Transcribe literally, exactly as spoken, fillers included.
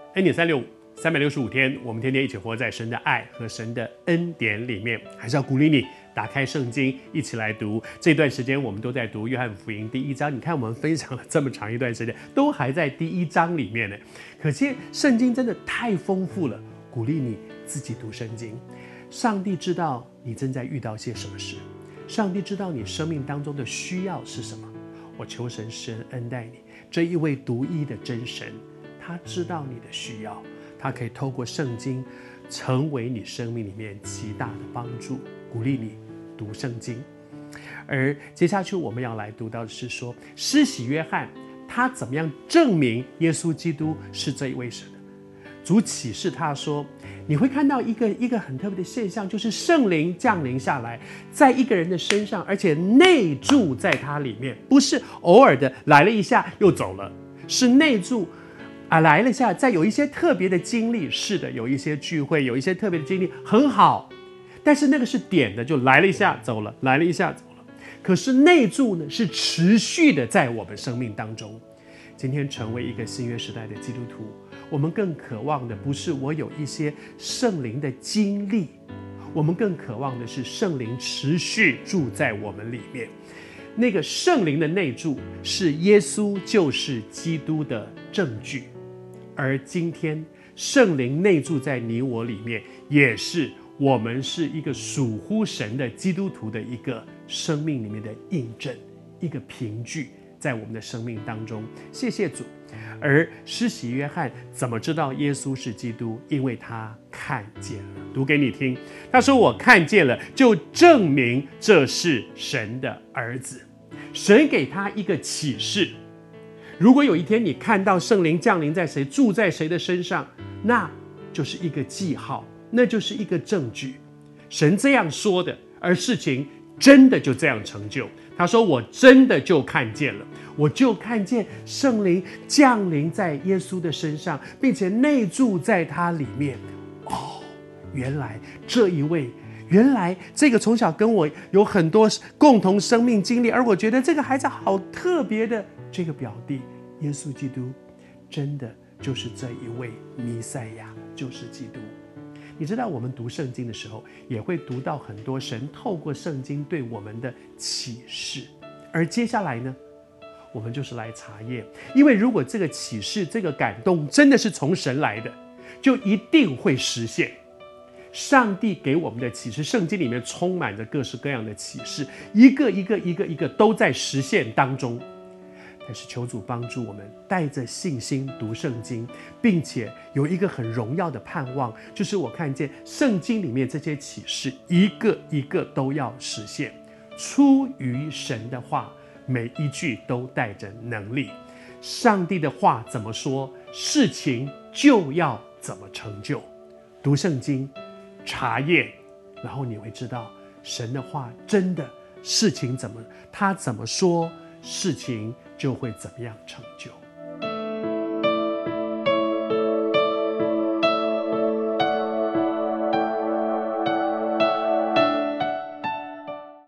恩典三六五，三百六十五天，我们天天一起活在神的爱和神的恩典里面。还是要鼓励你打开圣经，一起来读。这段时间我们都在读约翰福音第一章，你看我们分享了这么长一段时间，都还在第一章里面呢。可见圣经真的太丰富了，鼓励你自己读圣经。上帝知道你正在遇到些什么事，上帝知道你生命当中的需要是什么。我求神施恩恩待你，这一位独一的真神，他知道你的需要，他可以透过圣经成为你生命里面极大的帮助，鼓励你读圣经。而接下去我们要来读到的是说，施洗约翰他怎么样证明耶稣基督是这一位神的。主启示他说，你会看到一个一个很特别的现象，就是圣灵降临下来在一个人的身上，而且内住在他里面，不是偶尔的来了一下又走了，是内住啊，来了一下，再有一些特别的经历，是的，有一些聚会，有一些特别的经历很好，但是那个是点的，就来了一下走了，来了一下走了。可是内住呢，是持续的在我们生命当中。今天成为一个新约时代的基督徒，我们更渴望的不是我有一些圣灵的经历，我们更渴望的是圣灵持续住在我们里面。那个圣灵的内住是耶稣就是基督的证据，而今天圣灵内住在你我里面，也是我们是一个属乎神的基督徒的一个生命里面的印证，一个凭据在我们的生命当中。谢谢主。而施洗约翰怎么知道耶稣是基督？因为他看见了。读给你听，他说我看见了，就证明这是神的儿子。神给他一个启示，如果有一天你看到圣灵降临在谁，住在谁的身上，那就是一个记号，那就是一个证据。神这样说的，而事情真的就这样成就。他说我真的就看见了，我就看见圣灵降临在耶稣的身上，并且内住在他里面。哦，原来这一位，原来这个从小跟我有很多共同生命经历，而我觉得这个孩子好特别的这个表弟耶稣基督，真的就是这一位弥赛亚，就是基督。你知道我们读圣经的时候，也会读到很多神透过圣经对我们的启示，而接下来呢，我们就是来查验，因为如果这个启示、这个感动真的是从神来的，就一定会实现。上帝给我们的启示，圣经里面充满着各式各样的启示，一个一个一个一个都在实现当中。但是求主帮助我们带着信心读圣经，并且有一个很荣耀的盼望，就是我看见圣经里面这些启示一个一个都要实现。出于神的话，每一句都带着能力。上帝的话怎么说，事情就要怎么成就。读圣经查验，然后你会知道神的话真的，事情怎么他怎么说，事情就会怎么样成就。